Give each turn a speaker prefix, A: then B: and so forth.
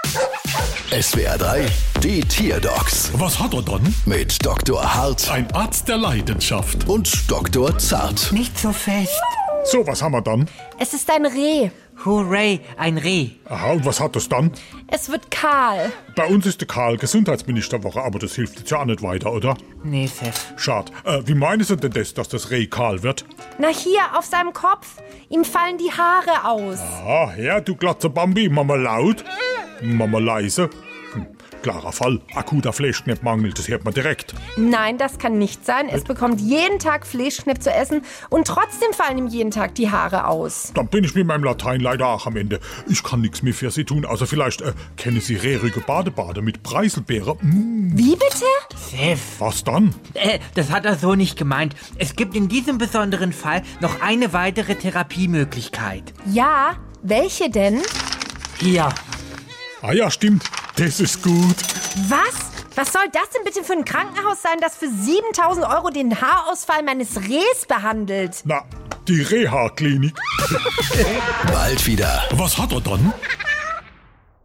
A: SWR 3, die Tierdocs
B: Was hat er dann?
A: mit Dr. Hart
B: Ein Arzt der Leidenschaft.
A: und Dr. Zart.
C: Nicht so fest.
B: So, was haben wir dann?
D: Es ist ein Reh.
C: Hooray, ein Reh.
B: Aha, und was hat das dann?
D: Es wird kahl.
B: Bei uns ist der Karl Gesundheitsministerwoche, aber das hilft jetzt ja auch nicht weiter, oder?
C: Nee, Pfeff.
B: Schade. Wie meinen Sie denn das, dass das Reh kahl wird?
D: Na hier, auf seinem Kopf. Ihm fallen die Haare aus.
B: Ah, ja, du glatze Bambi, Mama laut, Mama leise. Klarer Fall, akuter Fleischkneppmangel, das hört man direkt.
D: Nein, das kann nicht sein. Es bekommt jeden Tag Fleischknepp zu essen und trotzdem fallen ihm jeden Tag die Haare aus.
B: Dann bin ich mit meinem Latein leider auch am Ende. Ich kann nichts mehr für Sie tun, außer vielleicht kennen Sie rehrige Badebade mit Preiselbeere.
D: Wie bitte?
C: Pfeff.
B: Was dann?
C: Das hat er so nicht gemeint. Es gibt in diesem besonderen Fall noch eine weitere Therapiemöglichkeit.
D: Ja, welche denn?
C: Hier.
B: Ah ja, stimmt, das ist gut.
D: Was? Was soll das denn bitte für ein Krankenhaus sein, das für 7.000 € den Haarausfall meines Rehs behandelt?
B: Na, die Reha-Klinik.
A: Bald wieder.
B: Was hat er dann?